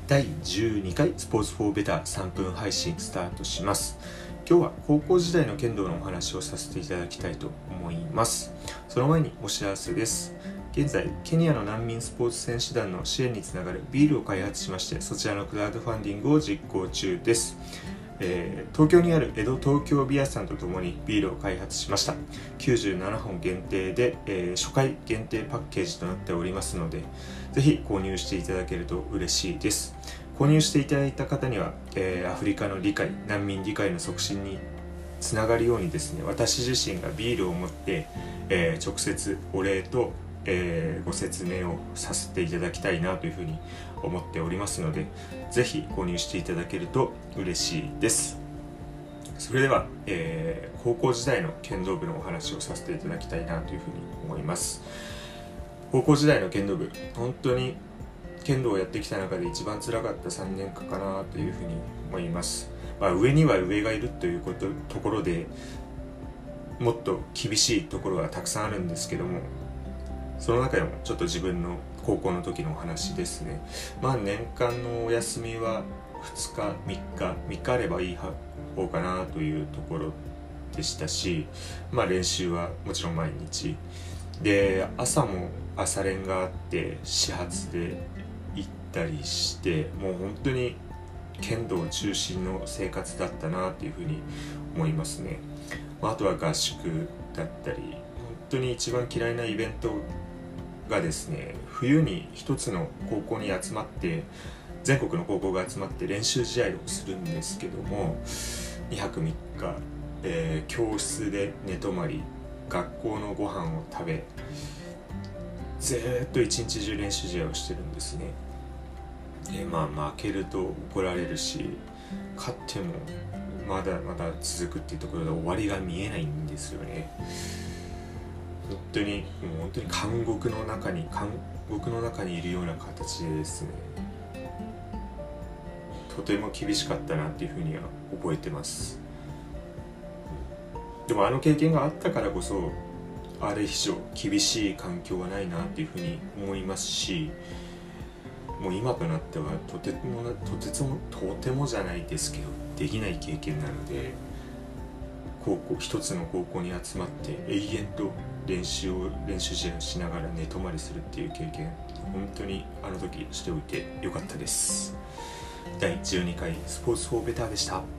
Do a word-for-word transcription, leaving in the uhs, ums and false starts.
だいじゅうにかいスポーツフォーベターさんぷん配信スタートします。今日は高校時代の剣道のお話をさせていただきたいと思います。その前にお知らせです。現在ケニアの難民スポーツ選手団の支援につながるビールを開発しまして、そちらのクラウドファンディングを実行中です。えー、東京にある江戸東京ビアさんとともにビールを開発しました。きゅうじゅうななほん限定で、えー、初回限定パッケージとなっておりますので、ぜひ購入していただけると嬉しいです。購入していただいた方には、えー、アフリカの理解、難民理解の促進につながるようにですね、私自身がビールを持って、えー、直接お礼と、えー、ご説明をさせていただきたいなというふうに思っておりますので、ぜひ購入していただけると嬉しいです。それでは、えー、高校時代の剣道部のお話をさせていただきたいなというふうに思います。高校時代の剣道部、本当に剣道をやってきた中で一番辛かったさんねんかんかなというふうに思います。まあ、上には上がいるということところでもっと厳しいところがたくさんあるんですけども、その中でもちょっと自分の高校の時のお話ですね。まあ年間のお休みはふつかみっかみっかあればいい方かなというところでしたし、まあ練習はもちろん毎日で、朝も朝練があって始発で行ったりして、もう本当に剣道中心の生活だったなというふうに思いますね。あとは合宿だったり、本当に一番嫌いなイベントがですね、冬に一つの高校に集まって、全国の高校が集まって練習試合をするんですけども、にはくみっか、えー、教室で寝泊まり、学校のご飯を食べ、ずーっと一日中練習試合をしてるんですね。で、まあ負けると怒られるし、勝ってもまだまだ続くっていうところで終わりが見えないんですよね。本当にもう本当に監獄の中に監獄の中にいるような形でですね、とても厳しかったなっていうふうには覚えてます。でもあの経験があったからこそ、あれ以上厳しい環境はないなっていうふうに思いますし、もう今となってはとてもとてもとてもじゃないですけどできない経験なので、高校一つの高校に集まって永遠と練習を練習試合をしながら寝泊まりするっていう経験、本当にあの時しておいてよかったです。だいじゅうにかいスポーツフォーベターでした。